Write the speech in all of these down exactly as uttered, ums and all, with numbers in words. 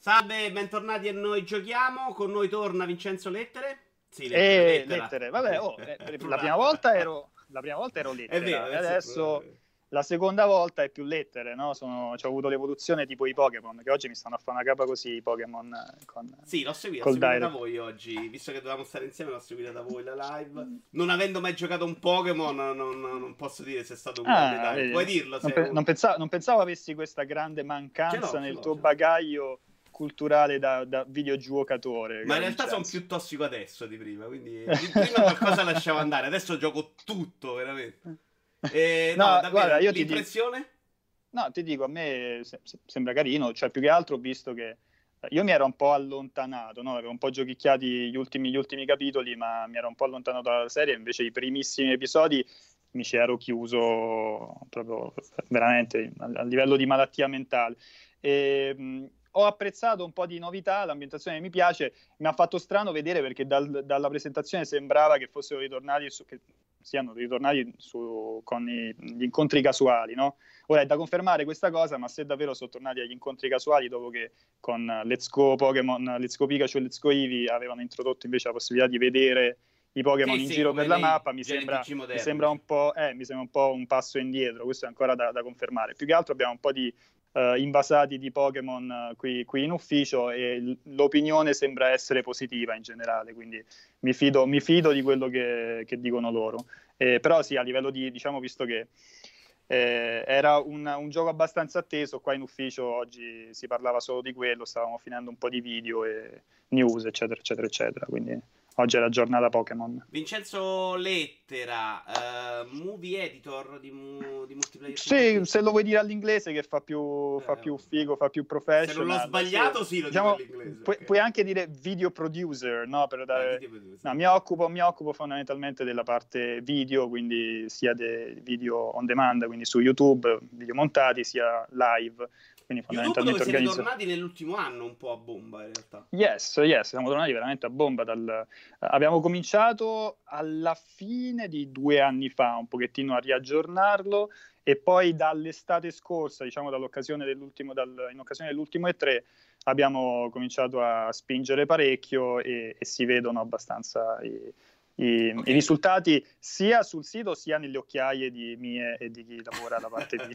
Salve, bentornati a Noi Giochiamo. Con noi torna Vincenzo Lettere. Sì, Lettere, Eh, lettera. lettere, vabbè, oh, eh, la, prima Plurale. volta ero, la prima volta ero È lettera, vero, e adesso è adesso plurale. la seconda volta è più lettere, no? Sono, c'ho avuto l'evoluzione tipo i Pokémon, che oggi mi stanno a fare una capa così i Pokémon eh, con, Sì, l'ho seguita, l'ho col seguita da Direct. voi oggi. Visto che dovevamo stare insieme, l'ho seguita da voi la live. Non avendo mai giocato un Pokémon, non, non- non posso dire se è stato un grande Ah, time. vedi? Puoi dirlo Non, se è pe- un... non pensavo, non pensavo avessi questa grande Ce mancanza l'ho, ce nel l'ho, tuo ce l'ho. bagaglio culturale da, da videogiocatore, Ma in caro realtà sono Vincenzo. più tossico adesso di prima, quindi di prima qualcosa lasciavo andare, adesso gioco tutto, veramente. E, no, No, davvero, guarda, io ti dico, l'impressione? no, ti dico, a me se- se- sembra carino, cioè più che altro ho visto che eh, io mi ero un po' allontanato, no? Avevo un po' giochicchiati gli ultimi, gli ultimi capitoli, ma mi ero un po' allontanato dalla serie, invece i primissimi episodi mi ci ero chiuso proprio veramente a, a livello di malattia mentale. E, mh, ho apprezzato un po' di novità, l'ambientazione mi piace, mi ha fatto strano vedere perché dal- dalla presentazione sembrava che fossero ritornati su, che siano ritornati su, con i- gli incontri casuali, no? Ora è da confermare questa cosa, ma se davvero sono tornati agli incontri casuali dopo che con Let's Go Pokémon, Let's Go Pikachu e Let's Go Eevee avevano introdotto invece la possibilità di vedere i Sì, Pokémon in sì, giro come per la nei mappa, mi sembra, J R P G mi moderni. sembra un po', eh, mi sembra un po' un passo indietro, questo è ancora da, da confermare. Più che altro abbiamo un po' di eh, invasati di Pokémon eh, qui, qui in ufficio e l- l'opinione sembra essere positiva in generale, quindi mi fido, mi fido di quello che, che dicono loro. Eh, però sì, a livello di, diciamo, visto che eh, era un, un gioco abbastanza atteso, qua in ufficio oggi si parlava solo di quello, stavamo finendo un po' di video e news, eccetera, eccetera, eccetera, quindi oggi è la giornata Pokémon. Vincenzo Lettera, eh, movie editor di, mu- di Sì, multiplayer punto it. se lo vuoi dire all'inglese che fa più, fa Eh, più figo, fa più se non l'ho professional, sì. sbagliato, sì, lo dico Diciamo, all'inglese. puoi, Ok. puoi anche dire video producer, no? Per Vai, dare... video producer. No, mi occupo, mi occupo fondamentalmente della parte video, quindi sia dei video on demand, quindi su YouTube, video montati, sia live, quindi YouTube dove fondamentalmente si è organizzo. ritornati nell'ultimo anno un po' a bomba, in realtà. Yes, yes, siamo tornati veramente a bomba. Dal... Abbiamo cominciato alla fine di due anni fa, un pochettino a riaggiornarlo, e poi dall'estate scorsa, diciamo dall'occasione dell'ultimo, dal... in occasione dell'ultimo E tre, abbiamo cominciato a spingere parecchio e, e si vedono abbastanza i, i, Ok. i risultati sia sul sito sia nelle occhiaie di mie e di chi lavora alla parte di...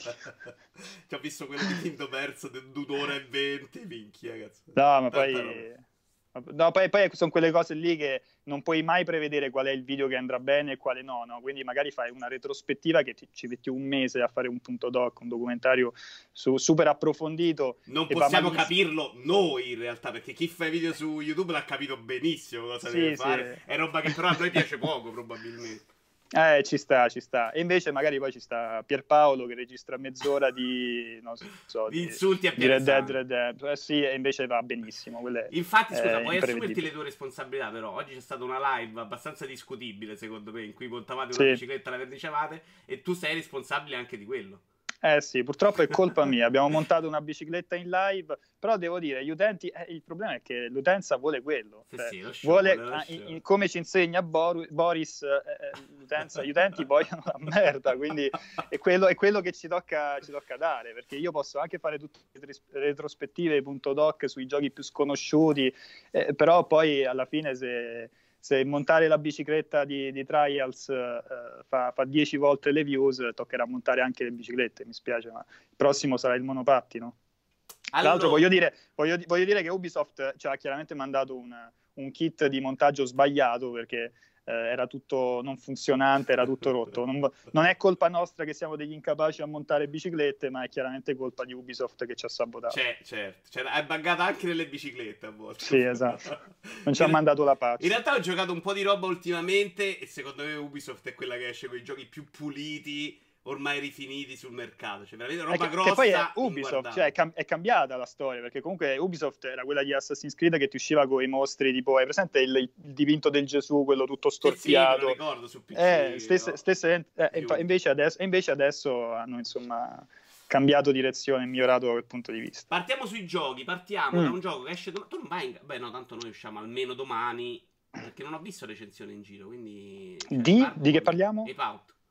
Ci ho visto quello di Kingdom Hearts di un'ora e venti, minchia, cazzo. No, ma Tanta roba. poi, no, poi, poi sono quelle cose lì che non puoi mai prevedere qual è il video che andrà bene e quale no, no? Quindi magari fai una retrospettiva che ti, ci metti un mese a fare un punto doc, un documentario su, super approfondito. Non E va possiamo malissimo. capirlo noi in realtà, perché chi fa i video su YouTube l'ha capito benissimo cosa Sì, deve sì. fare. È roba che però a noi piace poco, probabilmente. Eh, ci sta, ci sta. E invece magari poi ci sta Pierpaolo che registra mezz'ora di, non so, Di di, insulti a di Red Dead, Piazzale. Red Dead. Eh, sì, e invece va benissimo. Quello è, Infatti, scusa, è puoi assumerti imprevedibile. le tue responsabilità, però. Oggi c'è stata una live abbastanza discutibile, secondo me, in cui montavate una Sì. bicicletta, la verniciavate, e tu sei responsabile anche di quello. Eh sì, purtroppo è colpa mia, abbiamo montato una bicicletta in live, però devo dire, gli utenti, eh, il problema è che l'utenza vuole quello, Sì, cioè, sì, lo show, vuole, lo ah, show. in- in- come ci insegna Boru- Boris, eh, eh, l'utenza, gli utenti vogliono la merda, quindi è quello, è quello che ci tocca, ci tocca dare, perché io posso anche fare tutte le retris- retrospettive punto doc sui giochi più sconosciuti, eh, però poi alla fine se... se montare la bicicletta di, di Trials eh, fa, fa dieci volte le views, toccherà montare anche le biciclette, mi spiace, ma il prossimo sarà il monopattino. Tra l'altro Allora, voglio dire, voglio, voglio dire che Ubisoft ci ha chiaramente mandato un, un kit di montaggio sbagliato perché eh, era tutto non funzionante, era tutto rotto. Non, non è colpa nostra che siamo degli incapaci a montare biciclette, ma è chiaramente colpa di Ubisoft che ci ha sabotato. c'è, certo, c'è, è buggata anche nelle biciclette a volte. Sì, esatto. Non ci ha In- mandato la patch. In realtà ho giocato un po' di roba ultimamente e secondo me Ubisoft è quella che esce con i giochi più puliti, ormai rifiniti sul mercato. Cioè, veramente È roba che, grossa, che poi è Ubisoft, inguardabile. cioè è, cam- è cambiata la storia, perché comunque Ubisoft era quella di Assassin's Creed che ti usciva con i mostri, tipo, hai presente il, il dipinto del Gesù, quello tutto Sì, sì, me lo storpiato? ricordo su P C. Eh, stesse, no? stesse- eh, e Io- invece, adesso, e invece adesso hanno insomma cambiato direzione e migliorato da quel punto di vista. Partiamo sui giochi, partiamo da Mm. un gioco che esce domani. Tu non vai in... Beh, no, tanto noi usciamo almeno domani, perché non ho visto recensione in giro, quindi... cioè, Di? Barbo Di che quando- parliamo? Ape Out.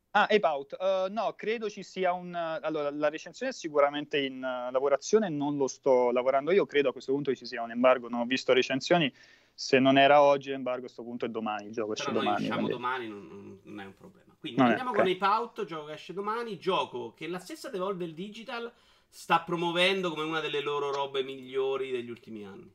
Ah, Ape Out. Uh, no, credo ci sia un... Allora, la recensione è sicuramente in uh, lavorazione, non lo sto lavorando io, credo a questo punto ci sia un embargo, non ho visto recensioni, se non era oggi l'embargo a questo punto è domani, il gioco Però esce noi domani, usciamo quindi... domani, non, non è un problema. Quindi Non è, andiamo con ok. Ape Out, gioco che esce domani, gioco che la stessa Devolver Digital sta promuovendo come una delle loro robe migliori degli ultimi anni.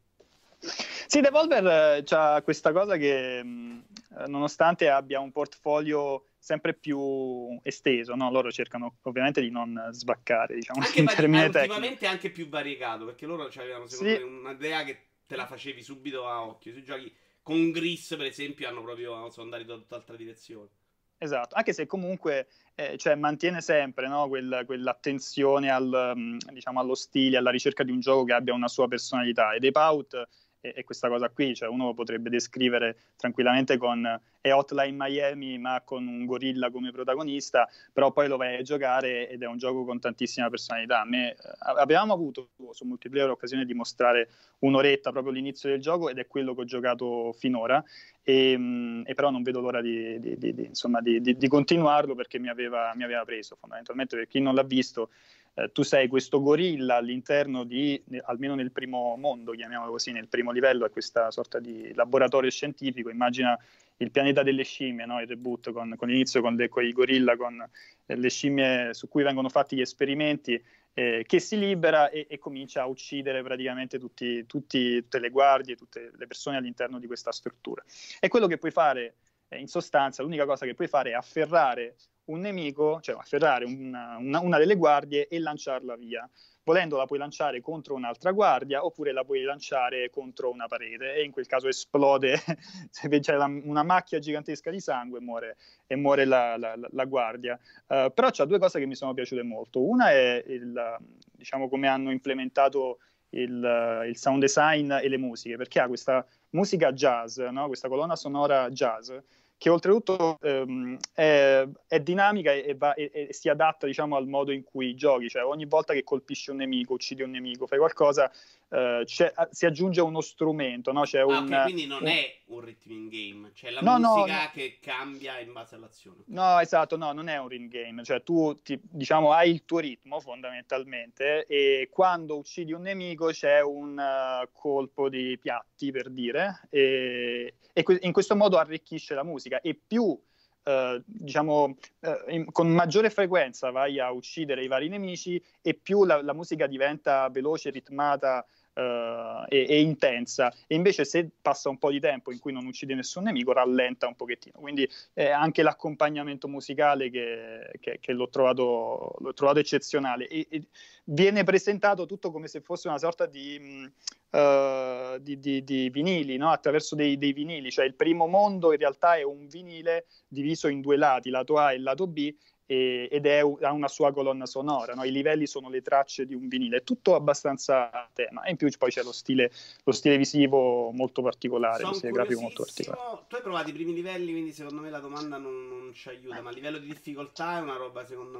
Sì, Devolver eh, c'ha questa cosa che mh, nonostante abbia un portfolio sempre più esteso, no? Loro cercano ovviamente di non svaccare, diciamo, Anche in vari- eh, termini tecnici. ultimamente anche più variegato, perché loro avevano secondo Sì, me un'idea che te la facevi subito a occhio. Sui giochi con Gris, per esempio, hanno proprio sono andati da tutt'altra direzione. esatto, anche se comunque eh, cioè, mantiene sempre, no, quel, quell'attenzione al, um, diciamo, allo stile, alla ricerca di un gioco che abbia una sua personalità. Ed Ape Out è, è questa cosa qui, cioè uno lo potrebbe descrivere tranquillamente con è Hotline Miami ma con un gorilla come protagonista, però poi lo vai a giocare ed è un gioco con tantissima personalità. A me, eh, avevamo avuto su multiplayer l'occasione di mostrare un'oretta proprio l'inizio del gioco ed è quello che ho giocato finora. E, e però non vedo l'ora di, di, di, di, insomma, di, di continuarlo perché mi aveva, mi aveva preso fondamentalmente. Per chi non l'ha visto, eh, tu sei questo gorilla all'interno di, almeno nel primo mondo, chiamiamolo così, nel primo livello, è questa sorta di laboratorio scientifico. Immagina il pianeta delle scimmie, no? Il reboot con, con l'inizio con, le, con i gorilla, con eh, le scimmie su cui vengono fatti gli esperimenti, eh, che si libera e, e comincia a uccidere praticamente tutti, tutti, tutte le guardie, tutte le persone all'interno di questa struttura. E quello che puoi fare, eh, in sostanza, l'unica cosa che puoi fare è afferrare un nemico, cioè afferrare una, una, una delle guardie e lanciarla via. Volendo la puoi lanciare contro un'altra guardia oppure la puoi lanciare contro una parete e in quel caso esplode, c'è una macchia gigantesca di sangue e muore, e muore la, la, la guardia. Uh, però c'ha due cose che mi sono piaciute molto. Una è il, diciamo, come hanno implementato il, il sound design e le musiche, perché ha questa musica jazz, no? Questa colonna sonora jazz, che oltretutto ehm, è, è dinamica e, va, e, e si adatta, diciamo, al modo in cui giochi, cioè ogni volta che colpisci un nemico, uccidi un nemico, fai qualcosa, eh, si aggiunge uno strumento, no? C'è Ah, un, ok, quindi non un... è un rhythm game, c'è la No, no, no, musica che cambia in base all'azione. Okay. no, esatto, no, non è un ring game, cioè tu ti, diciamo hai il tuo ritmo fondamentalmente e quando uccidi un nemico c'è un uh, colpo di piatti per dire e, e que- in questo modo arricchisce la musica e più Uh, diciamo uh, in, con maggiore frequenza vai a uccidere i vari nemici e più la, la musica diventa veloce, ritmata uh, e, e intensa e invece se passa un po' di tempo in cui non uccidi nessun nemico rallenta un pochettino, quindi eh, anche l'accompagnamento musicale che, che, che l'ho, trovato, l'ho trovato eccezionale e, e viene presentato tutto come se fosse una sorta di mh, Uh, di, di, di vinili, no? Attraverso dei, dei vinili, cioè il primo mondo in realtà è un vinile diviso in due lati, lato A e lato B, e, ed è, ha una sua colonna sonora, no? I livelli sono le tracce di un vinile, è tutto abbastanza a tema, e in più poi c'è lo stile, lo stile visivo molto particolare, lo Sono stile grafico molto particolare. curiosissimo. Tu hai provato i primi livelli, quindi secondo me la domanda non, non ci aiuta. Ma a livello di difficoltà è una roba, secondo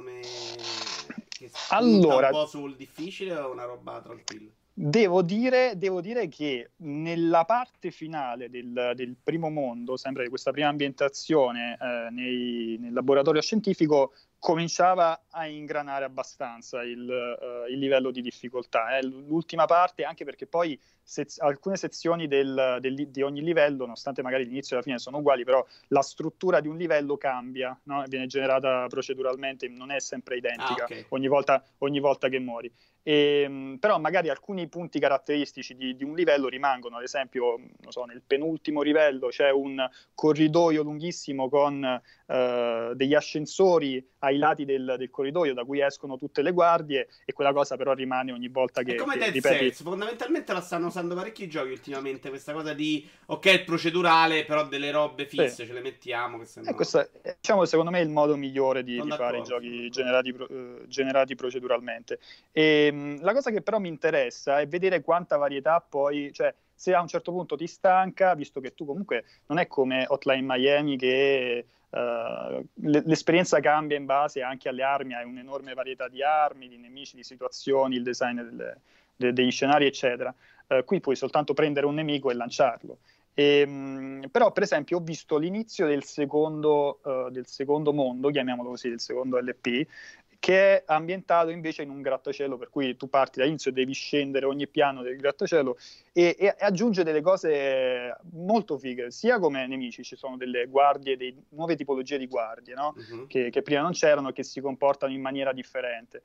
me, che punta un Allora, po' sul difficile o è una roba tranquilla? Devo dire, devo dire che nella parte finale del, del primo mondo, sempre di questa prima ambientazione eh, nei, nel laboratorio scientifico, cominciava a ingranare abbastanza il, uh, il livello di difficoltà. Eh. L'ultima parte, anche perché poi sez- alcune sezioni del, del, di ogni livello, nonostante magari l'inizio e la fine sono uguali, però la struttura di un livello cambia, no? Viene generata proceduralmente, non è sempre Ah, identica ok. ogni volta, ogni volta che muori. E, però magari alcuni punti caratteristici di, di un livello rimangono, ad esempio non so, nel penultimo livello c'è un corridoio lunghissimo con uh, degli ascensori ai lati del, del corridoio da cui escono tutte le guardie e quella cosa però rimane ogni volta È che, come che Dead ripeti. Cells, fondamentalmente la stanno usando parecchi giochi ultimamente, questa cosa di, ok, il procedurale, però delle robe Sì. fisse ce le mettiamo che E sembrano... questo è, diciamo, secondo me il modo migliore di, Sono di fare i d'accordo, sono giochi d'accordo. generati, eh, generati proceduralmente. E, mh, la cosa che però mi interessa è vedere quanta varietà poi, cioè se a un certo punto ti stanca, visto che tu comunque non è come Hotline Miami che uh, l'esperienza cambia in base anche alle armi, hai un'enorme varietà di armi, di nemici, di situazioni, il design delle, de, degli scenari, eccetera. Uh, qui puoi soltanto prendere un nemico e lanciarlo. E, mh, però per esempio ho visto l'inizio del secondo, uh, del secondo mondo, chiamiamolo così, del secondo L P, che è ambientato invece in un grattacielo, per cui tu parti dall'inizio e devi scendere ogni piano del grattacielo e, e aggiunge delle cose molto fighe, sia come nemici, ci sono delle guardie, dei, nuove tipologie di guardie, no? Mhm. che, che prima non c'erano, che si comportano in maniera differente.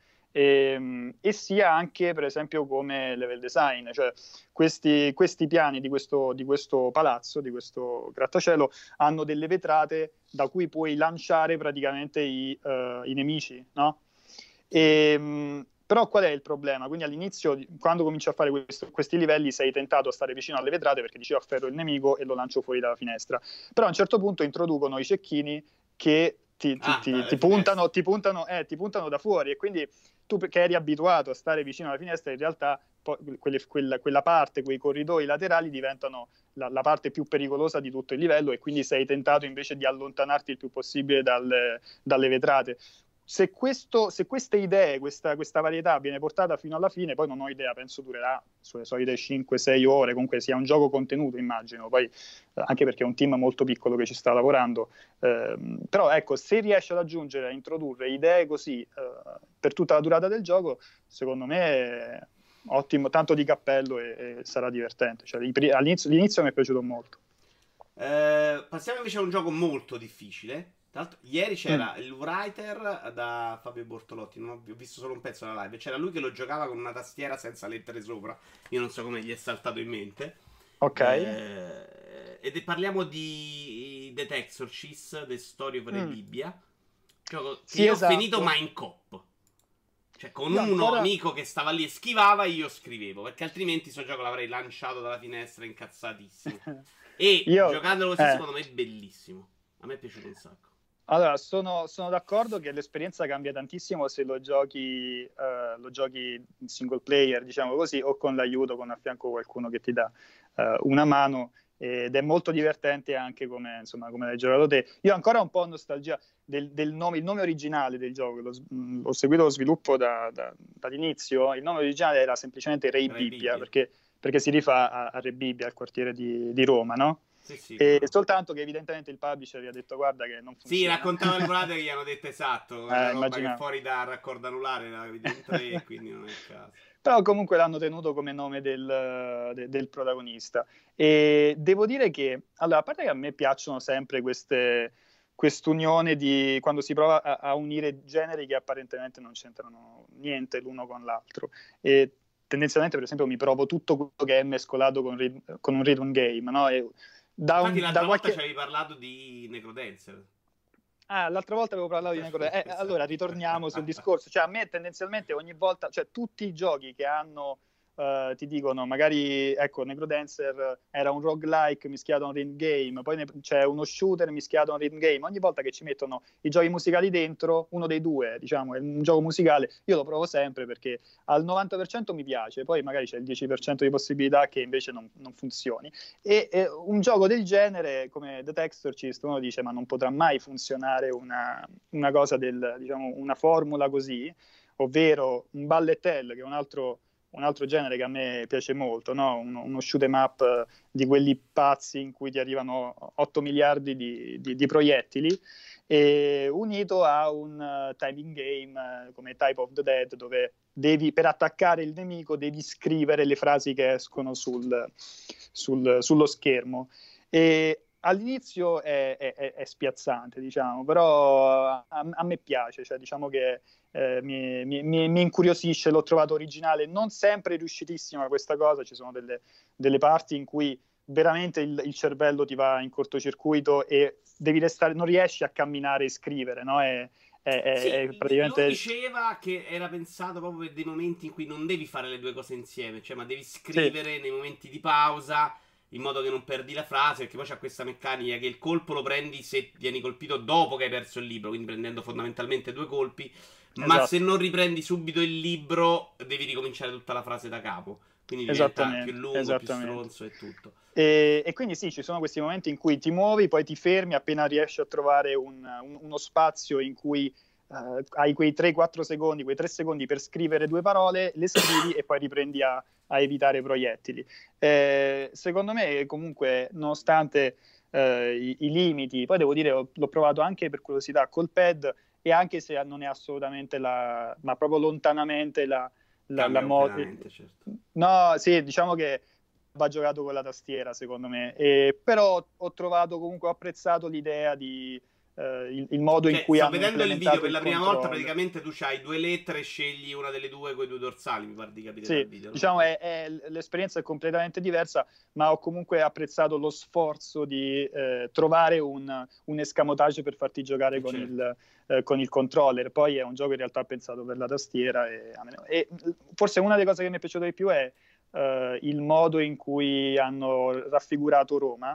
E, e sia anche per esempio come level design, cioè questi, questi piani di questo, di questo palazzo, di questo grattacielo hanno delle vetrate da cui puoi lanciare praticamente i, uh, i nemici, no? E, mh, però qual è il problema? Quindi all'inizio, quando cominci a fare questo, questi livelli, sei tentato a stare vicino alle vetrate perché dici afferro il nemico e lo lancio fuori dalla finestra. Però a un certo punto introducono i cecchini che ti, ti, Ah, ti, dalle ti puntano, finestre. ti, puntano, eh, ti puntano da fuori, e quindi tu che eri abituato a stare vicino alla finestra, in realtà poi, quelle, quella, quella parte, quei corridoi laterali diventano la, la parte più pericolosa di tutto il livello, e quindi sei tentato invece di allontanarti il più possibile dal, dalle vetrate. Se, questo, se queste idee, questa, questa varietà viene portata fino alla fine, poi non ho idea, penso durerà sulle solite cinque sei ore, comunque sia un gioco contenuto, immagino, poi eh, anche perché è un team molto piccolo che ci sta lavorando, eh, però ecco, se riesce ad aggiungere, a introdurre idee così eh, per tutta la durata del gioco, secondo me è ottimo, tanto di cappello, e, e sarà divertente, cioè, all'inizio, l'inizio mi è piaciuto molto. Eh, passiamo invece a un gioco molto difficile. Tra l'altro, ieri Mm. c'era il writer da Fabio Bortolotti. Non ho, ho visto solo un pezzo della live. C'era lui che lo giocava con una tastiera senza lettere sopra. Io non so come gli è saltato in mente. Ok. Eh, ed parliamo di The Exorcist, The Story of Mm. Rebibia. Gioco che Sì, io ho finito, esatto. ma in coop. Cioè, con Io uno ancora... amico che stava lì e schivava, io scrivevo. Perché altrimenti questo gioco l'avrei lanciato dalla finestra incazzatissimo. E Io... giocandolo così, Eh. secondo me è bellissimo. A me è piaciuto un sacco. Allora, sono, sono d'accordo che l'esperienza cambia tantissimo se lo giochi, eh, lo giochi in single player, diciamo così, o con l'aiuto, con a fianco qualcuno che ti dà eh, una mano, ed è molto divertente anche come, insomma, come l'hai giocato te. Io ancora ho un po' nostalgia del, del nome, il nome originale del gioco, lo, mh, ho seguito lo sviluppo da, da, dall'inizio, il nome originale era semplicemente Re Ray Bibbia, Bibbia. perché, perché si rifà a, a Re Bibbia, al quartiere di, di Roma, no? Sì, sì, come E no. soltanto che evidentemente il publisher gli ha detto guarda che non Sì, funziona. raccontava le volate che gli hanno detto esatto. È una Eh, roba che immaginavo. fuori da raccordo anulare la vedi in tre, quindi non è il caso. Però comunque l'hanno tenuto come nome del, de, del protagonista. E devo dire che, allora, a parte che a me piacciono sempre queste, quest'unione di quando si prova a, a unire generi che apparentemente non c'entrano niente l'uno con l'altro. E tendenzialmente, per esempio, mi provo tutto quello che è mescolato con, con un rhythm game, no? E da, Infatti, un, da l'altra volta ci qualche... avevi parlato di Necrodancer. Ah, l'altra volta avevo parlato di Necro. Eh, allora ritorniamo sul discorso. Cioè, a me tendenzialmente ogni volta, cioè tutti i giochi che hanno, eh, ti dicono, magari, ecco, Necrodancer era un roguelike mischiato a un rhythm game, poi ne- c'è uno shooter mischiato a un rhythm game. Ogni volta che ci mettono i giochi musicali dentro, uno dei due, diciamo, è un gioco musicale, io lo provo sempre perché al novanta per cento mi piace, poi magari c'è il dieci per cento di possibilità che invece non, non funzioni. E, e un gioco del genere come The Exorcist, uno dice ma non potrà mai funzionare una, una cosa del, diciamo, una formula così, ovvero un bullet hell, che è un altro, un altro genere che a me piace molto, no? uno, uno shoot 'em up di quelli pazzi in cui ti arrivano otto miliardi di, di, di proiettili, e unito a un uh, timing game uh, come Type of the Dead, dove devi, per attaccare il nemico devi scrivere le frasi che escono sul, sul, sullo schermo. E all'inizio è, è, è spiazzante, diciamo, però a, a me piace, cioè, diciamo che eh, mi, mi, mi incuriosisce, l'ho trovato originale, non sempre riuscitissima questa cosa, ci sono delle, delle parti in cui veramente il, il cervello ti va in cortocircuito e devi restare, non riesci a camminare e scrivere, no? È, è, è, è Sì, lui praticamente... diceva che era pensato proprio per dei momenti in cui non devi fare le due cose insieme, cioè ma devi Sì, scrivere nei momenti di pausa in modo che non perdi la frase, perché poi c'è questa meccanica che il colpo lo prendi se vieni colpito dopo che hai perso il libro, quindi prendendo fondamentalmente due colpi, ma se esatto, non riprendi subito il libro devi ricominciare tutta la frase da capo, quindi diventa più esattamente, lungo, più esattamente. stronzo e tutto. E, e quindi sì, ci sono questi momenti in cui ti muovi, poi ti fermi appena riesci a trovare un, un, uno spazio in cui uh, hai quei tre quattro secondi, quei tre secondi per scrivere due parole, le scrivi e poi riprendi a, a evitare proiettili. Eh, secondo me comunque, nonostante eh, i, i limiti, poi devo dire, ho, l'ho provato anche per curiosità col pad, e anche se non è assolutamente la, ma proprio lontanamente la, la, la moda. Certo. No, sì, diciamo che va giocato con la tastiera, secondo me, e, però ho trovato comunque, ho apprezzato l'idea di eh, il, il modo cioè, in cui sto hanno vedendo il implementato video per la prima controllo. volta, praticamente tu c'hai due lettere e scegli una delle due con i due dorsali, mi pare di capire sì, dal video. diciamo no? è, è, l'esperienza è completamente diversa, ma ho comunque apprezzato lo sforzo di eh, trovare un, un escamotage per farti giocare Eh, con, certo. il, eh, con il controller. Poi è un gioco in realtà pensato per la tastiera, e, e forse una delle cose che mi è piaciuta di più è Uh, il modo in cui hanno raffigurato Roma,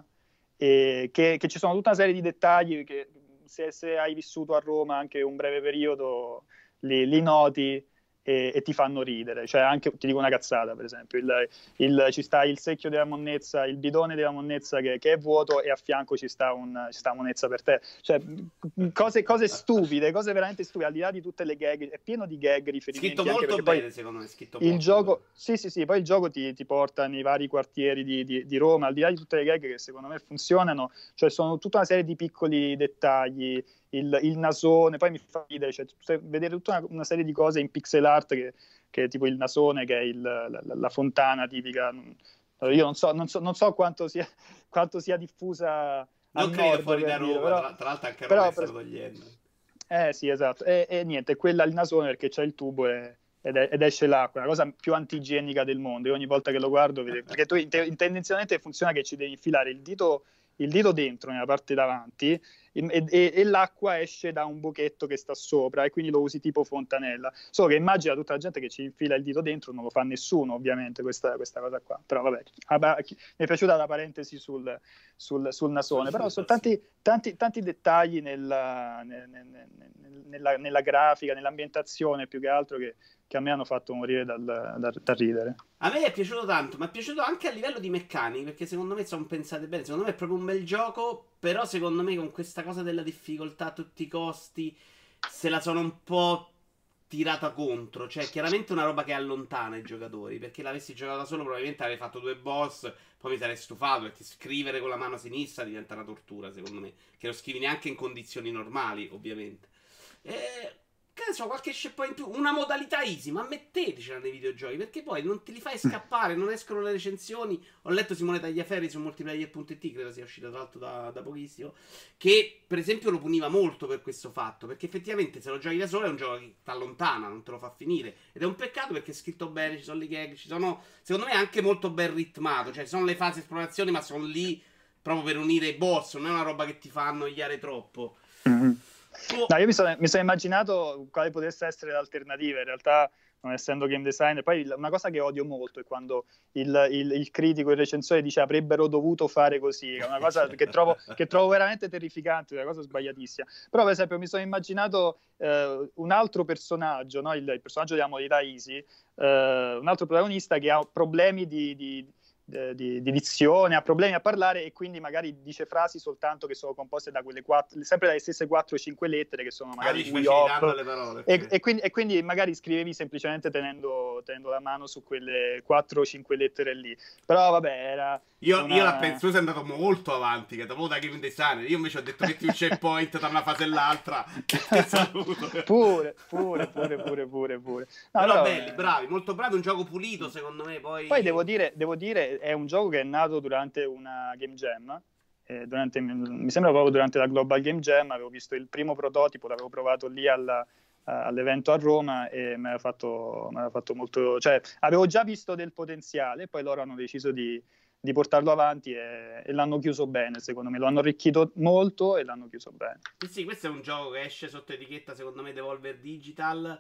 e che, che ci sono tutta una serie di dettagli che se, se hai vissuto a Roma anche un breve periodo li, li noti e, e ti fanno ridere. Cioè, anche, ti dico una cazzata, per esempio, il, il, ci sta il secchio della monnezza, il bidone della monnezza che, che è vuoto, e a fianco ci sta, un, ci sta monnezza per te. Cioè, cose, cose stupide, cose veramente stupide, al di là di tutte le gag, è pieno di gag, riferimenti. Scritto molto anche bene, poi secondo me, scritto il molto gioco, bene. sì, sì, sì, poi il gioco ti, ti porta nei vari quartieri di, di, di Roma, al di là di tutte le gag che secondo me funzionano, cioè sono tutta una serie di piccoli dettagli, il, il nasone, poi mi fa ridere, cioè, vedere tutta una, una serie di cose in pixel art che, che tipo il nasone, che è il, la, la fontana tipica. Io non so, non so, non so quanto sia, quanto sia diffusa non a credo nord, fuori per da dire, Roma, però, tra, tra l'altro anche a però, Roma per... stanno togliendo. Eh sì, esatto, e, e niente, quella il nasone perché c'è il tubo e, ed, ed esce l'acqua, la cosa più antigienica del mondo. Io ogni volta che lo guardo, vede... perché tu tendenzialmente funziona che ci devi infilare il dito, il dito dentro nella parte davanti, e, e, e l'acqua esce da un buchetto che sta sopra, e quindi lo usi tipo fontanella. Solo che immagina tutta la gente che ci infila il dito dentro, non lo fa nessuno ovviamente questa, questa cosa qua. Però vabbè, mi è piaciuta la parentesi sul, sul, sul nasone, però sono tanti, tanti, tanti dettagli nella, nella, nella, nella grafica, nell'ambientazione più che altro, che, che a me hanno fatto morire dal, dal, dal ridere. A me è piaciuto tanto, ma è piaciuto anche a livello di meccaniche, perché secondo me sono pensate bene. Secondo me è proprio un bel gioco, però secondo me con questa cosa della difficoltà a tutti i costi se la sono un po' tirata contro. Cioè, chiaramente è una roba che allontana i giocatori, perché l'avessi giocato da solo probabilmente avrei fatto due boss, poi mi sarei stufato, perché scrivere con la mano sinistra diventa una tortura, secondo me. Che non scrivi neanche in condizioni normali, ovviamente. E... che ne so, qualche checkpoint in più, una modalità easy, ma mettetecela nei videogiochi, perché poi non te li fai scappare, non escono le recensioni. Ho letto Simone Tagliaferri su multiplayer punto it, credo sia uscita tra l'altro da, da pochissimo, che per esempio lo puniva molto per questo fatto, perché effettivamente se lo giochi da solo è un gioco che ti allontana, non te lo fa finire, ed è un peccato perché è scritto bene, ci sono le gag, ci sono, secondo me è anche molto ben ritmato, cioè ci sono le fasi esplorazioni, ma sono lì proprio per unire i boss, non è una roba che ti fa annoiare troppo. Mm-hmm. No, io mi sono, mi sono immaginato quale potesse essere l'alternativa, in realtà non essendo game designer. Poi una cosa che odio molto è quando il, il, il critico, il recensore dice avrebbero dovuto fare così, è una cosa che trovo, che trovo veramente terrificante, una cosa sbagliatissima. Però per esempio mi sono immaginato eh, un altro personaggio, no? il, il personaggio della modalità easy, eh, un altro protagonista che ha problemi di... di Di, di dizione, ha problemi a parlare, e quindi magari dice frasi soltanto che sono composte da quelle quattro, sempre dalle stesse quattro o cinque lettere, che sono magari ah, we up, le parole, e, okay. e, quindi, e quindi magari scrivevi semplicemente tenendo, tenendo la mano su quelle quattro o cinque lettere lì. Però vabbè, era io, una... io la penso, tu sei andato molto avanti, che dopo da game designer, io invece ho detto metti un checkpoint tra una fase e l'altra e saluto. pure, pure, pure, pure, pure, pure. No, però, però belli, eh... bravi, molto bravi, un gioco pulito secondo me. Poi, poi devo dire, devo dire è un gioco che è nato durante una Game Jam, eh, durante, mi sembra proprio durante la Global Game Jam, avevo visto il primo prototipo, l'avevo provato lì alla, uh, all'evento a Roma, e mi aveva fatto, mi aveva fatto molto, cioè avevo già visto del potenziale, poi loro hanno deciso di, di portarlo avanti e, e l'hanno chiuso bene, secondo me, lo hanno arricchito molto e l'hanno chiuso bene. Sì, sì, questo è un gioco che esce sotto etichetta, secondo me, Devolver Digital,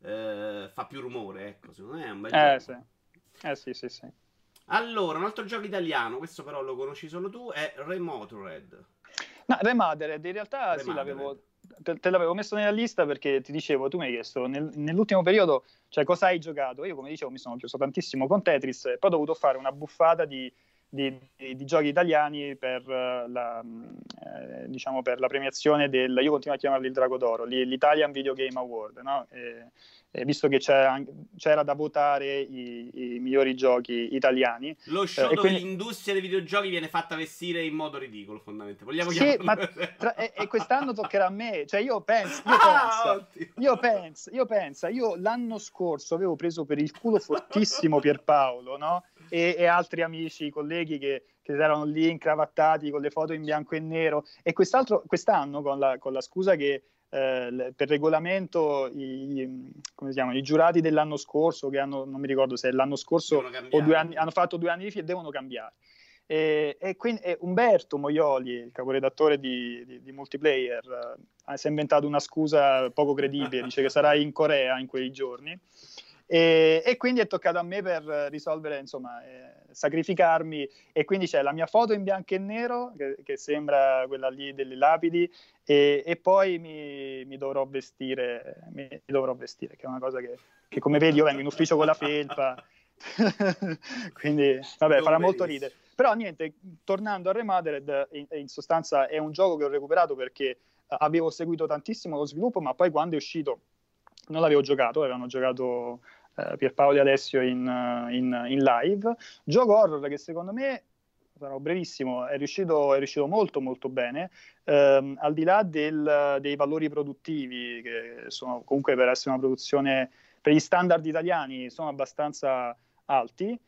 eh, fa più rumore, ecco, secondo me è un bel Eh, gioco. sì. Eh sì, sì, sì. Allora, un altro gioco italiano, questo però lo conosci solo tu, è Remothered. No, Remothered, in realtà Remothered. sì, l'avevo, te, te l'avevo messo nella lista perché ti dicevo, tu mi hai chiesto nel, nell'ultimo periodo, cioè cosa hai giocato? Io come dicevo mi sono chiuso tantissimo con Tetris, e poi ho dovuto fare una buffata di, di, di, di giochi italiani per la, eh, diciamo per la premiazione del, io continuo a chiamarlo il Drago d'Oro, l'Italian Video Game Award, no? E, e visto che c'era, c'era da votare i, i migliori giochi italiani. Lo show eh, dove quindi... l'industria dei videogiochi viene fatta vestire in modo ridicolo, fondamentalmente. Vogliamo sì, chiamarlo? ma tra, e, e quest'anno toccherà a me, cioè io penso, io, ah, penso, io penso, io penso, io l'anno scorso avevo preso per il culo fortissimo Pierpaolo, no? E, e altri amici, colleghi che, che erano lì incravattati con le foto in bianco e nero, e quest'altro, quest'anno con la, con la scusa che eh, per regolamento i, come si chiamano, i giurati dell'anno scorso, che hanno, non mi ricordo se è l'anno scorso o due anni, hanno fatto due anni di fila e devono cambiare. E, e quindi e Umberto Moioli, il caporedattore di, di, di Multiplayer, eh, si è inventato una scusa poco credibile, dice che sarà in Corea in quei giorni. E, e quindi è toccato a me per risolvere, insomma, eh, sacrificarmi, e quindi c'è la mia foto in bianco e nero che, che sembra quella lì delle lapidi, e, e poi mi, mi dovrò vestire mi dovrò vestire, che è una cosa che, che come vedi io vengo in ufficio con la felpa quindi vabbè, non farà molto ridere, però niente, tornando a Remothered, in, in sostanza è un gioco che ho recuperato perché avevo seguito tantissimo lo sviluppo, ma poi quando è uscito non l'avevo giocato, avevano giocato eh, Pierpaolo e Alessio in, in, in live. Gioco horror che secondo me, sarò brevissimo, è riuscito, è riuscito molto molto bene, ehm, al di là del, dei valori produttivi, che sono comunque, per essere una produzione, per gli standard italiani, sono abbastanza alti,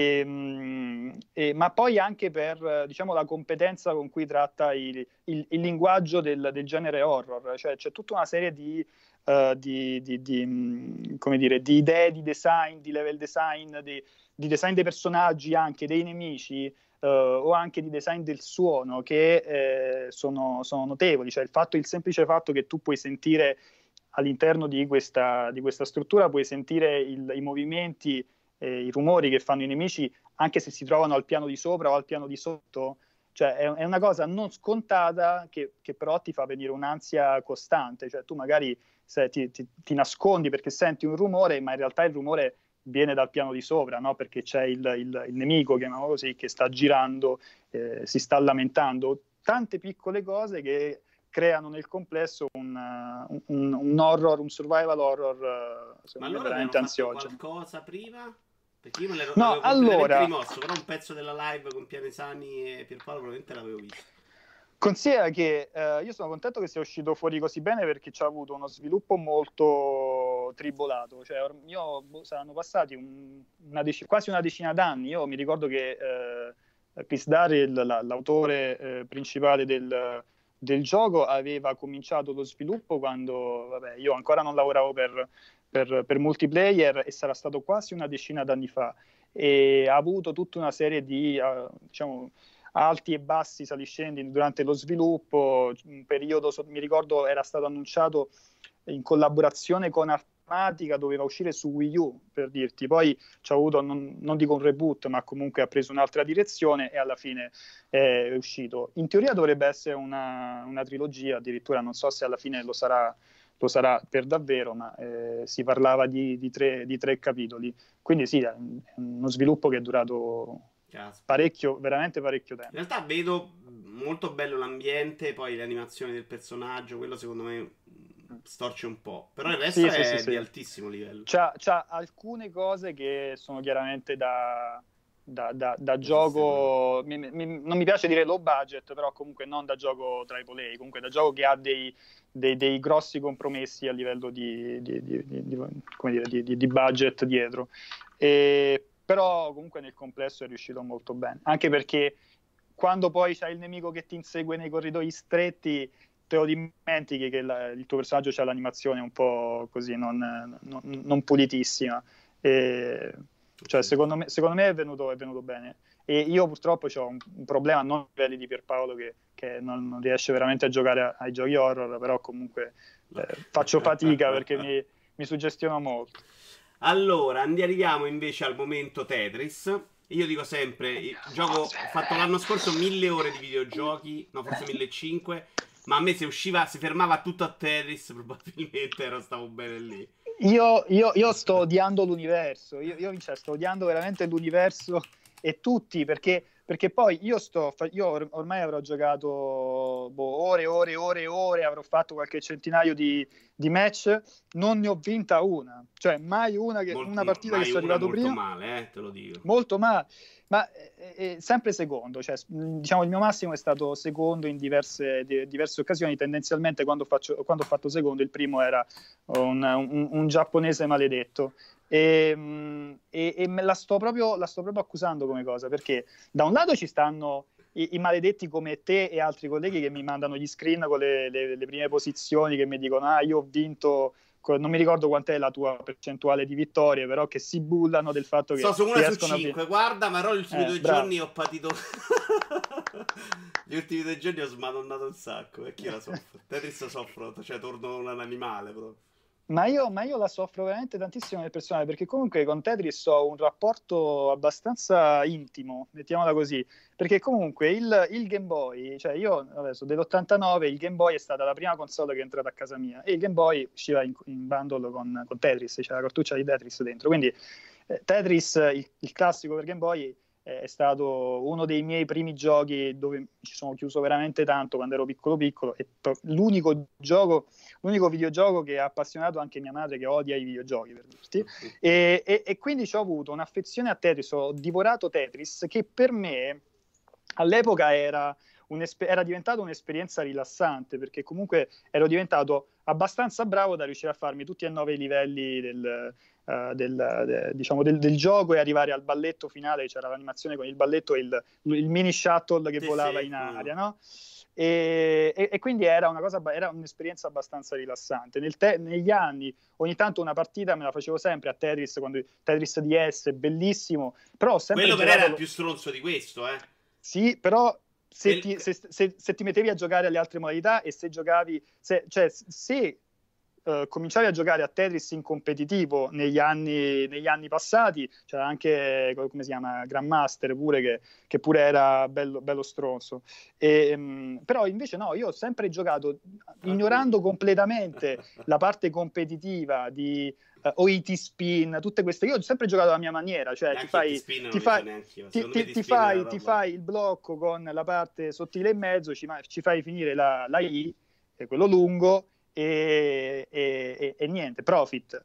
e, e, ma poi anche per, diciamo, la competenza con cui tratta il, il, il linguaggio del, del genere horror, cioè c'è tutta una serie di Uh, di, di, di, come dire, di idee di design, di level design, di, di design dei personaggi, anche dei nemici, uh, o anche di design del suono, che eh, sono, sono notevoli. Cioè il fatto, il semplice fatto che tu puoi sentire all'interno di questa, di questa struttura, puoi sentire il, i movimenti, eh, i rumori che fanno i nemici, anche se si trovano al piano di sopra o al piano di sotto. Cioè è, è una cosa non scontata, che, che però ti fa venire un'ansia costante. Cioè tu magari se ti, ti, ti nascondi perché senti un rumore, ma in realtà il rumore viene dal piano di sopra, no? Perché c'è il, il, il nemico, chiamiamolo così, che sta girando, eh, si sta lamentando. Tante piccole cose che creano nel complesso un, un, un horror, un survival horror, ma allora veramente ansiogeno. Qualcosa prima? Perché io me l'ero, no, l'avevo allora, rimosso, però un pezzo della live con Pianesani e Pierpaolo probabilmente l'avevo visto. Considera che eh, io sono contento che sia uscito fuori così bene, perché ci ha avuto uno sviluppo molto tribolato. Cioè, io, boh, saranno passati un, una dec- quasi una decina d'anni. Io mi ricordo che eh, Chris Darrell, la, l'autore eh, principale del, del gioco, aveva cominciato lo sviluppo quando, vabbè, io ancora non lavoravo per, per, per Multiplayer, e sarà stato quasi una decina d'anni fa, e ha avuto tutta una serie di, uh, diciamo, alti e bassi saliscendi durante lo sviluppo. Un periodo, mi ricordo, era stato annunciato in collaborazione con Armatica, doveva uscire su Wii U, per dirti, poi ci ha avuto, non, non dico un reboot, ma comunque ha preso un'altra direzione, e alla fine è uscito. In teoria dovrebbe essere una, una trilogia, addirittura non so se alla fine lo sarà, lo sarà per davvero, ma eh, si parlava di, di, tre, di tre capitoli, quindi sì, è uno sviluppo che è durato parecchio, veramente parecchio tempo. In realtà vedo molto bello l'ambiente, poi le animazioni del personaggio, quello secondo me storce un po', però il resto sì, è sì, sì, di sì. altissimo livello. C'ha, c'ha alcune cose che sono chiaramente da, da, da, da gioco, mi, mi, non mi piace dire low budget, però comunque non da gioco triple A, comunque da gioco che ha dei, dei, dei grossi compromessi a livello di, di, di, di, di, come dire, di, di, di budget dietro. E però comunque nel complesso è riuscito molto bene, anche perché quando poi c'hai il nemico che ti insegue nei corridoi stretti, te lo dimentichi che la, il tuo personaggio c'ha l'animazione un po' così non, non, non pulitissima, e, cioè secondo me, secondo me è, venuto, è venuto bene. E io purtroppo ho un, un problema, non a livelli di Pierpaolo che, che non, non riesce veramente a giocare a, ai giochi horror, però comunque eh, faccio fatica perché mi, mi suggestiono molto. Allora, arriviamo invece al momento Tetris. Io dico sempre, il gioco, ho fatto l'anno scorso mille ore di videogiochi, no forse millecinquecento, ma a me se usciva, si fermava tutto a Tetris, probabilmente ero, stavo bene lì. Io, io, io sto odiando l'universo, io, io cioè, sto odiando veramente l'universo e tutti, perché perché poi io sto, io or- ormai avrò giocato boh, ore, ore, ore, ore, avrò fatto qualche centinaio di, di match, non ne ho vinta una, cioè mai una, che, Mol- una no, partita che mai sono una arrivato molto prima, male, eh, te lo dico. molto male, ma eh, eh, sempre secondo, cioè, diciamo il mio massimo è stato secondo in diverse, di, diverse occasioni, tendenzialmente quando, faccio, quando ho fatto secondo il primo era un, un, un giapponese maledetto. E, e, e me la sto proprio la sto proprio accusando come cosa, perché da un lato ci stanno i, i maledetti come te e altri colleghi che mi mandano gli screen con le, le, le prime posizioni, che mi dicono ah io ho vinto, non mi ricordo quant'è la tua percentuale di vittorie, però che si bullano del fatto So che su una su riescono a vincere. cinque, guarda, ma però gli ultimi Eh, due bravo. giorni ho patito. Gli ultimi due giorni ho smadonnato un sacco. E chi la soffre? Tetris soffro, cioè torno un animale proprio. Ma io, ma io la soffro veramente tantissimo nel personale, perché comunque con Tetris ho un rapporto abbastanza intimo, mettiamola così, perché comunque il, il Game Boy, cioè io adesso dell'ottantanove, il Game Boy è stata la prima console che è entrata a casa mia, e il Game Boy usciva in, in bundle con, con Tetris, c'era la cartuccia di Tetris dentro, quindi eh, Tetris, il, il classico per Game Boy, è stato uno dei miei primi giochi dove mi ci sono chiuso veramente tanto quando ero piccolo piccolo, e l'unico gioco, l'unico videogioco che ha appassionato anche mia madre, che odia i videogiochi, per dirti, e, e, e quindi ci ho avuto un'affezione a Tetris, ho divorato Tetris, che per me all'epoca era, era diventato un'esperienza rilassante, perché comunque ero diventato abbastanza bravo da riuscire a farmi tutti e nove i livelli del, uh, del, de, diciamo del, del gioco, e arrivare al balletto finale. C'era l'animazione con il balletto e il, il mini shuttle che Sì, volava sì, in come aria, no. no? E, e, e quindi era, una cosa, era un'esperienza abbastanza rilassante. Nel te, negli anni ogni tanto una partita me la facevo sempre a Tetris, quando Tetris D S, bellissimo, però ho sempre Quello però era giocato il lo... più stronzo di questo, eh. Sì, però se Quel... ti, se, se, se ti mettevi a giocare alle altre modalità, e se giocavi, se, cioè se uh, cominciavi a giocare a Tetris in competitivo negli anni, negli anni passati, c'era anche, come si chiama, Grandmaster pure, che, che pure era bello, bello stronzo. E, um, però invece no, io ho sempre giocato ignorando completamente la parte competitiva di uh, o i T-spin, tutte queste. Io ho sempre giocato alla mia maniera, cioè ti Neanche i fai, T-spin non ti li uso fai, neanche io. ti, Secondo me ti, ti, T-spin è una fai, ti roba. fai il blocco con la parte sottile in mezzo, ci, ci fai finire la, la I, che è quello lungo, e, e, e niente, profit.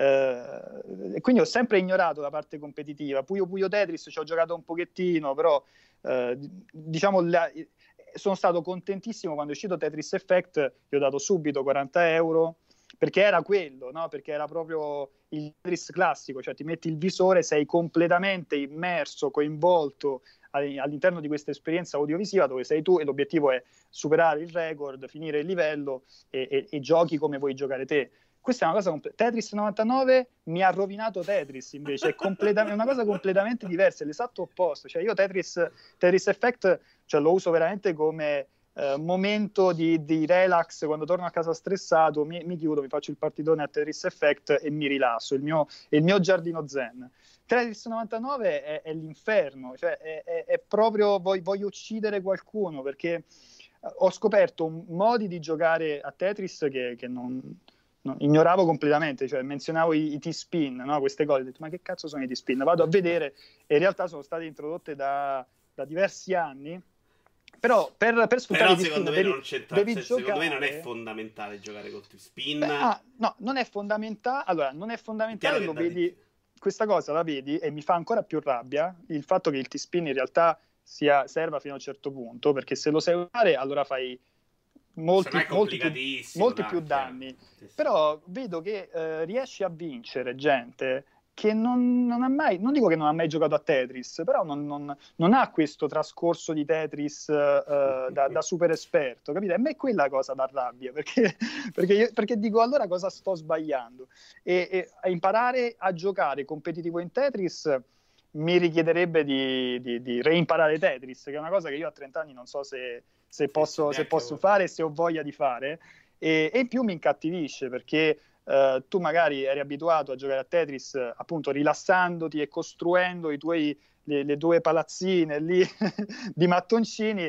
Uh, e quindi ho sempre ignorato la parte competitiva. Puyo Puyo Tetris ci ho giocato un pochettino, però uh, diciamo la, sono stato contentissimo quando è uscito Tetris Effect. Gli ho dato subito quaranta euro, perché era quello, no? Perché era proprio il Tetris classico, cioè ti metti il visore, sei completamente immerso, coinvolto all'interno di questa esperienza audiovisiva dove sei tu, e l'obiettivo è superare il record, finire il livello, e, e, e giochi come vuoi giocare te. Questa è una cosa compl- Tetris novantanove mi ha rovinato Tetris, invece è, completa- è una cosa completamente diversa, è l'esatto opposto. Cioè io Tetris, Tetris Effect, cioè, lo uso veramente come eh, momento di, di relax. Quando torno a casa stressato mi, mi chiudo, mi faccio il partitone a Tetris Effect e mi rilasso, il mio, il mio giardino zen. Tetris novantanove è, è l'inferno, cioè è, è, è proprio voglio, voglio uccidere qualcuno, perché ho scoperto modi di giocare a Tetris che, che non, non ignoravo completamente. Cioè menzionavo i, i T-spin, no? Queste cose, ho detto ma che cazzo sono i T-spin? Vado a vedere, e in realtà sono state introdotte da, da diversi anni. Però per, per sfruttare Però i T-spin secondo me devi, non c'entra. devi Se- secondo me non è giocare. fondamentale giocare col Beh, T-spin. ah, no, non è fondamentale. Allora, non è È chiaro fondamentale, che lo dà di vedi, più. questa cosa la vedi, e mi fa ancora più rabbia il fatto che il T-spin in realtà sia, serva fino a un certo punto, perché se lo sai usare allora fai Se no molti, è molti più, complicatissimo, molti più dai, chiaro. danni. Sì, sì. Però vedo che eh, riesci a vincere gente che non, non ha mai, non dico che non ha mai giocato a Tetris, però non, non, non ha questo trascorso di Tetris uh, da, da super esperto, capite? A me è quella cosa da rabbia, perché, perché, io, perché dico allora cosa sto sbagliando? E, e a imparare a giocare competitivo in Tetris mi richiederebbe di, di, di reimparare Tetris, che è una cosa che io a trenta anni non so se, se, Sì, sì, posso, se neanche posso voi. fare, se ho voglia di fare, e, e in più mi incattivisce, perché Uh, tu magari eri abituato a giocare a Tetris appunto rilassandoti e costruendo i tuoi, le, le tue palazzine lì di mattoncini,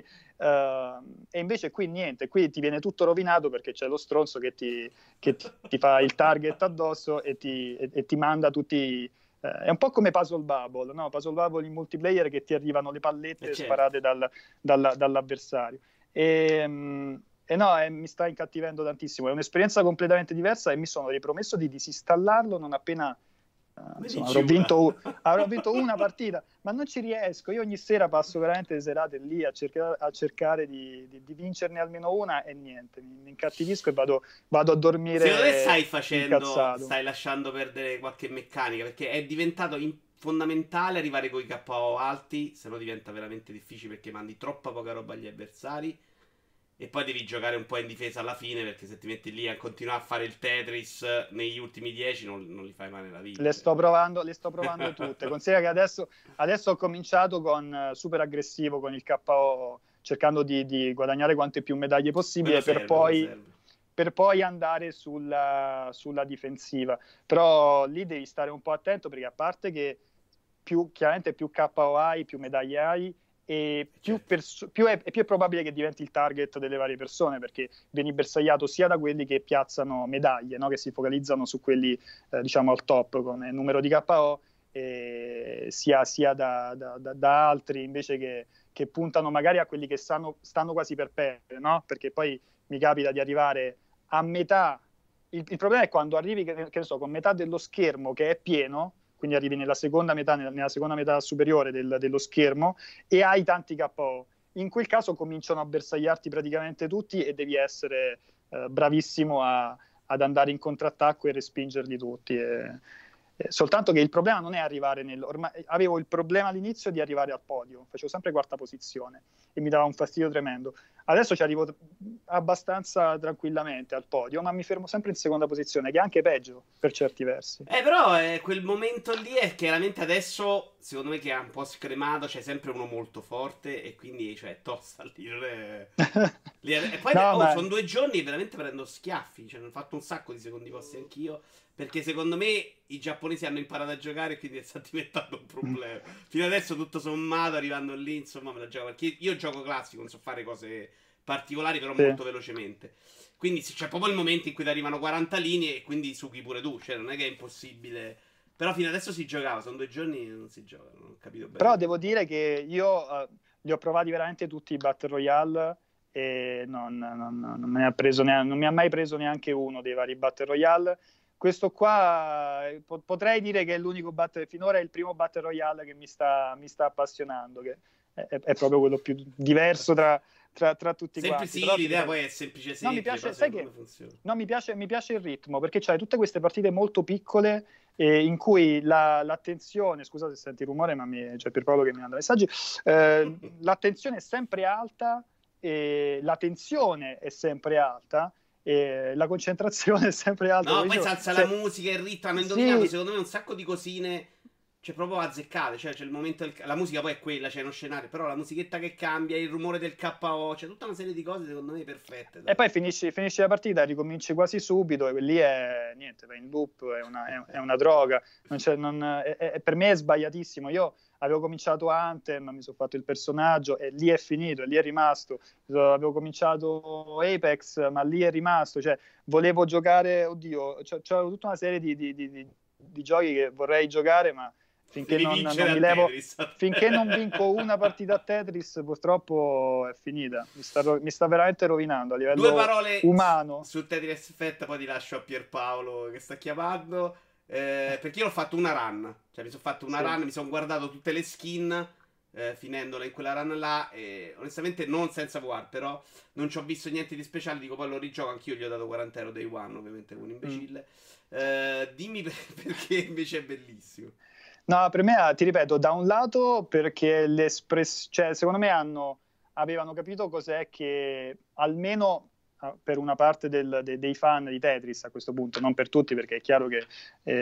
uh, e invece qui niente, qui ti viene tutto rovinato perché c'è lo stronzo che ti, che ti, ti fa il target addosso e ti, e, e ti manda tutti, eh, è un po' come Puzzle Bubble, no? Puzzle Bubble in multiplayer che ti arrivano le pallette Eh, certo. sparate dal, dal, dall'avversario. E, mh, e no, eh, mi sta incattivendo tantissimo. È un'esperienza completamente diversa e mi sono ripromesso di disinstallarlo non appena uh, insomma, avrò, vinto, avrò vinto una partita, ma non ci riesco. Io ogni sera passo veramente le serate lì a, cerca, a cercare di, di, di vincerne almeno una e niente, mi, mi incattivisco e vado, vado a dormire. Secondo me stai facendo, incazzato. stai lasciando perdere qualche meccanica, perché è diventato in- fondamentale arrivare con i K O alti, se no diventa veramente difficile perché mandi troppa poca roba agli avversari. E poi devi giocare un po' in difesa alla fine, perché se ti metti lì a continuare a fare il Tetris negli ultimi dieci non, non li fai mai nella vita. Le sto provando, le sto provando tutte. Considera che adesso, adesso ho cominciato con uh, super aggressivo con il K O, cercando di, di guadagnare quante più medaglie possibile per, serve, poi, per poi andare sulla, sulla difensiva. Però lì devi stare un po' attento, perché a parte che più, chiaramente più K O hai, più medaglie hai, e più, perso- più, è, più è probabile che diventi il target delle varie persone, perché vieni bersagliato sia da quelli che piazzano medaglie, no? Che si focalizzano su quelli eh, diciamo al top come numero di K O, e sia, sia da, da, da, da altri invece che, che puntano magari a quelli che stanno, stanno quasi per perdere, no? Perché poi mi capita di arrivare a metà. Il, il problema è quando arrivi che, che ne so, con metà dello schermo che è pieno, quindi arrivi nella seconda metà, nella, nella seconda metà superiore del, dello schermo e hai tanti K O. In quel caso cominciano a bersagliarti praticamente tutti e devi essere eh, bravissimo a, ad andare in contrattacco e respingerli tutti. E, e, soltanto che il problema non è arrivare nel... Ormai, avevo il problema all'inizio di arrivare al podio, facevo sempre quarta posizione e mi dava un fastidio tremendo. Adesso ci arrivo abbastanza tranquillamente al podio, ma mi fermo sempre in seconda posizione, che è anche peggio per certi versi. Eh, però eh, quel momento lì è chiaramente adesso, secondo me che è un po' scremato, c'è sempre uno molto forte e quindi, cioè, è tosta lì. eh. lì e poi, No, oh, ma- sono due giorni e veramente prendo schiaffi, cioè, ho fatto un sacco di secondi posti anch'io, perché secondo me i giapponesi hanno imparato a giocare e quindi sta diventando un problema. Fino adesso tutto sommato, arrivando lì, insomma, me la gioco, perché io gioco classico, non so fare cose particolari, però Sì. molto velocemente. Quindi c'è proprio il momento in cui ti arrivano quaranta linee e quindi sughi pure tu, cioè non è che è impossibile. Però fino adesso si giocava, sono due giorni e non si gioca, non ho capito bene. Però devo dire che io uh, li ho provati veramente tutti i Battle Royale e non, non, non, me ne ha preso neanche, non mi ha mai preso neanche uno dei vari Battle Royale. Questo qua eh, po- potrei dire che è l'unico Battle, finora è il primo Battle Royale che mi sta, mi sta appassionando, che è, è proprio quello più diverso tra, tra, tra tutti Sempre quanti. sì, Però, l'idea ti- poi è semplice, semplice, No, mi piace, però sai secondo che me funziona. no, mi piace, mi piace il ritmo, perché c'hai tutte queste partite molto piccole eh, in cui la- l'attenzione, scusa se senti rumore, ma mi, c'è Pierpaolo che mi manda messaggi, eh, l'attenzione è sempre alta, e la tensione è sempre alta, e la concentrazione è sempre alta. No, Come poi si dicevo, alza se- la musica, il ritmo, hanno indovinato Sì, secondo me un sacco di cosine, cioè proprio azzeccate, cioè c'è il momento del... La musica poi è quella, c'è uno scenario, però la musichetta che cambia, il rumore del K O, c'è tutta una serie di cose secondo me perfette. dai. e poi finisci, finisci la partita, ricominci quasi subito e lì è niente, vai in loop, è una, è, è una droga. Non c'è, non, è, è- per me è sbagliatissimo. Io avevo cominciato Anthem, mi sono fatto il personaggio e lì è finito, e lì è rimasto. So- Avevo cominciato Apex, ma lì è rimasto. Cioè, volevo giocare, oddio, c'ho, c'ho tutta una serie di, di- di- di- di giochi che vorrei giocare, ma finché Devi non, vincere non mi a levo, Tetris. finché non vinco una partita a Tetris, purtroppo è finita. Mi sta, ro- mi sta veramente rovinando a Due livello parole umano. su Tetris Effect, poi ti lascio a Pierpaolo che sta chiamando. Eh, perché io ho fatto una run, cioè mi sono fatto una Sì. run, mi sono guardato tutte le skin, eh, finendola in quella run là, e onestamente non senza V R, però non ci ho visto niente di speciale, dico poi lo rigioco, anch'io gli ho dato quaranta euro day one, ovviamente un imbecille. Mm. Eh, dimmi per- perché invece è bellissimo. No, per me, ah, ti ripeto, da un lato perché l'espress, cioè, secondo me hanno, avevano capito cos'è che almeno ah, per una parte del- de- dei fan di Tetris a questo punto, non per tutti, perché è chiaro che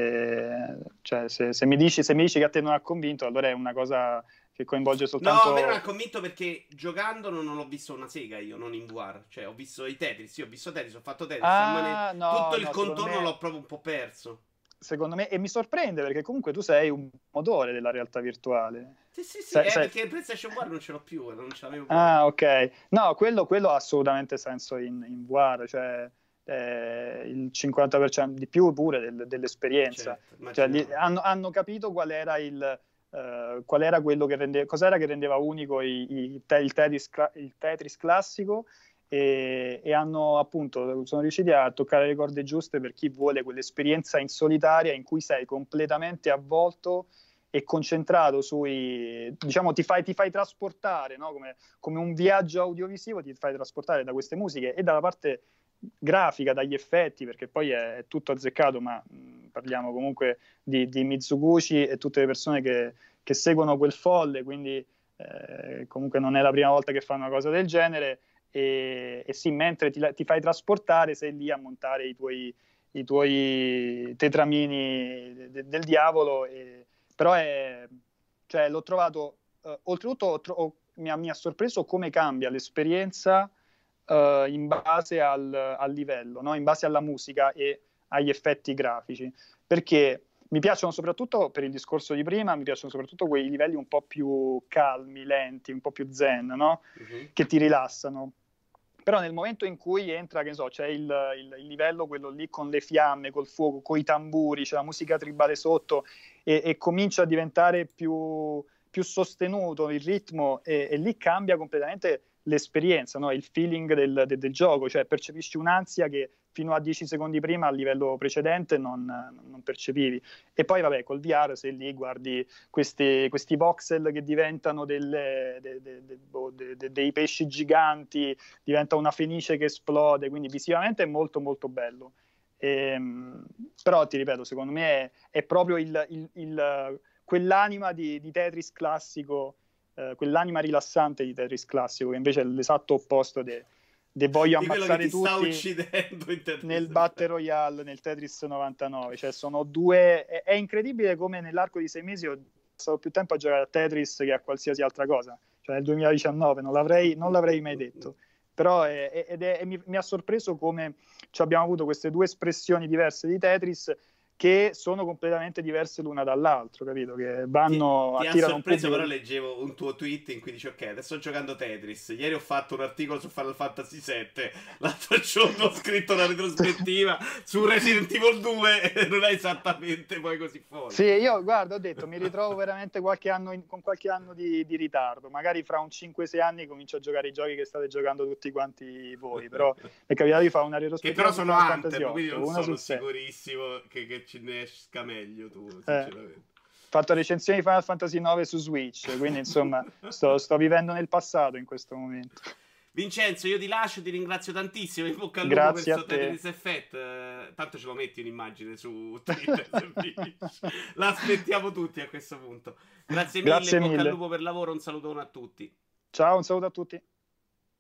eh, cioè, se, se mi dici, se mi dici che a te non ha convinto, allora è una cosa che coinvolge No, soltanto... a me non ha convinto perché giocando non, non ho visto una sega io, non in V R. Cioè, ho visto i Tetris, io ho visto Tetris, ho fatto Tetris a manetta. Ah, no, Tutto il no, secondo contorno me... l'ho proprio un po' perso. Secondo me, e mi sorprende perché comunque tu sei un motore della realtà virtuale. Sì, sì, sì, Sai- eh, sai- perché il PlayStation V R non ce l'ho più, non ce l'avevo più. Ah, ok. No, quello, quello ha assolutamente senso in, in V R, cioè eh, il cinquanta per cento di più pure del, dell'esperienza. Certo, cioè, li, hanno, hanno capito qual era il Uh, qual era quello che rendeva, cos'era che rendeva unico i, i, il, Tetris, il Tetris classico, e, e hanno appunto sono riusciti a toccare le corde giuste per chi vuole quell'esperienza in solitaria in cui sei completamente avvolto e concentrato sui, diciamo, ti fai, ti fai trasportare, no? come, come un viaggio audiovisivo, ti fai trasportare da queste musiche e dalla parte grafica, dagli effetti, perché poi è, è tutto azzeccato, ma mh, parliamo comunque di, di Mizuguchi e tutte le persone che, che seguono quel folle, quindi eh, comunque non è la prima volta che fanno una cosa del genere, e, e sì, mentre ti, ti fai trasportare sei lì a montare i tuoi, i tuoi tetramini de, del diavolo, e, però è, cioè, l'ho trovato, eh, oltretutto ho, ho, mi, ha, mi ha sorpreso come cambia l'esperienza Uh, in base al, al livello, no? In base alla musica e agli effetti grafici, perché mi piacciono soprattutto, per il discorso di prima, mi piacciono soprattutto quei livelli un po' più calmi, lenti, un po' più zen, no? Uh-huh. Che ti rilassano. Però nel momento in cui entra, che ne so, c'è il, il, il livello, quello lì con le fiamme, col fuoco, con i tamburi, c'è la musica tribale sotto, e, e comincia a diventare più, più sostenuto il ritmo, e, e lì cambia completamente l'esperienza, no? Il feeling del, del, del gioco, cioè percepisci un'ansia che fino a dieci secondi prima a livello precedente non, non percepivi. E poi vabbè, col V R sei lì, guardi questi, questi voxel che diventano delle, de, de, de, de, de, dei pesci giganti, diventa una fenice che esplode, quindi visivamente è molto molto bello. E, però ti ripeto, secondo me è, è proprio il, il, il, quell'anima di, di Tetris classico, Uh, quell'anima rilassante di Tetris classico, che invece è l'esatto opposto de, de voglio di ammazzare tutti sta uccidendo in Tetris nel Battle Royale, nel Tetris novantanove. Cioè sono due, è, è incredibile come nell'arco di sei mesi ho passato più tempo a giocare a Tetris che a qualsiasi altra cosa, cioè nel duemiladiciannove non l'avrei, non l'avrei mai detto, però è, è, ed è, è, mi, mi ha sorpreso come cioè, abbiamo avuto queste due espressioni diverse di Tetris che sono completamente diverse l'una dall'altro, capito? Che vanno ti, ti a ha sorpreso, un però leggevo un tuo tweet in cui dici ok, adesso sto giocando Tetris, ieri ho fatto un articolo su Final Fantasy sette, l'altro giorno ho scritto una retrospettiva su Resident Evil due e non è esattamente poi così forte. Sì, io guarda, ho detto, mi ritrovo veramente qualche anno in, con qualche anno di, di ritardo, magari fra un cinque sei anni comincio a giocare i giochi che state giocando tutti quanti voi, però è capitato di fare una retrospettiva che però sono Anthem, quindi non una sono sicurissimo che, che ce ne esca meglio tu, sinceramente. Eh, ho fatto recensioni di Final Fantasy nove su Switch, quindi insomma sto, sto vivendo nel passato in questo momento. Vincenzo, io ti lascio, ti ringrazio tantissimo, in bocca al lupo Grazie per Tetris Effect, eh, tanto ce lo metti un'immagine su Twitter, l'aspettiamo tutti a questo punto. Grazie mille, Grazie in bocca mille. al lupo per il lavoro, un salutone a tutti. Ciao, un saluto a tutti.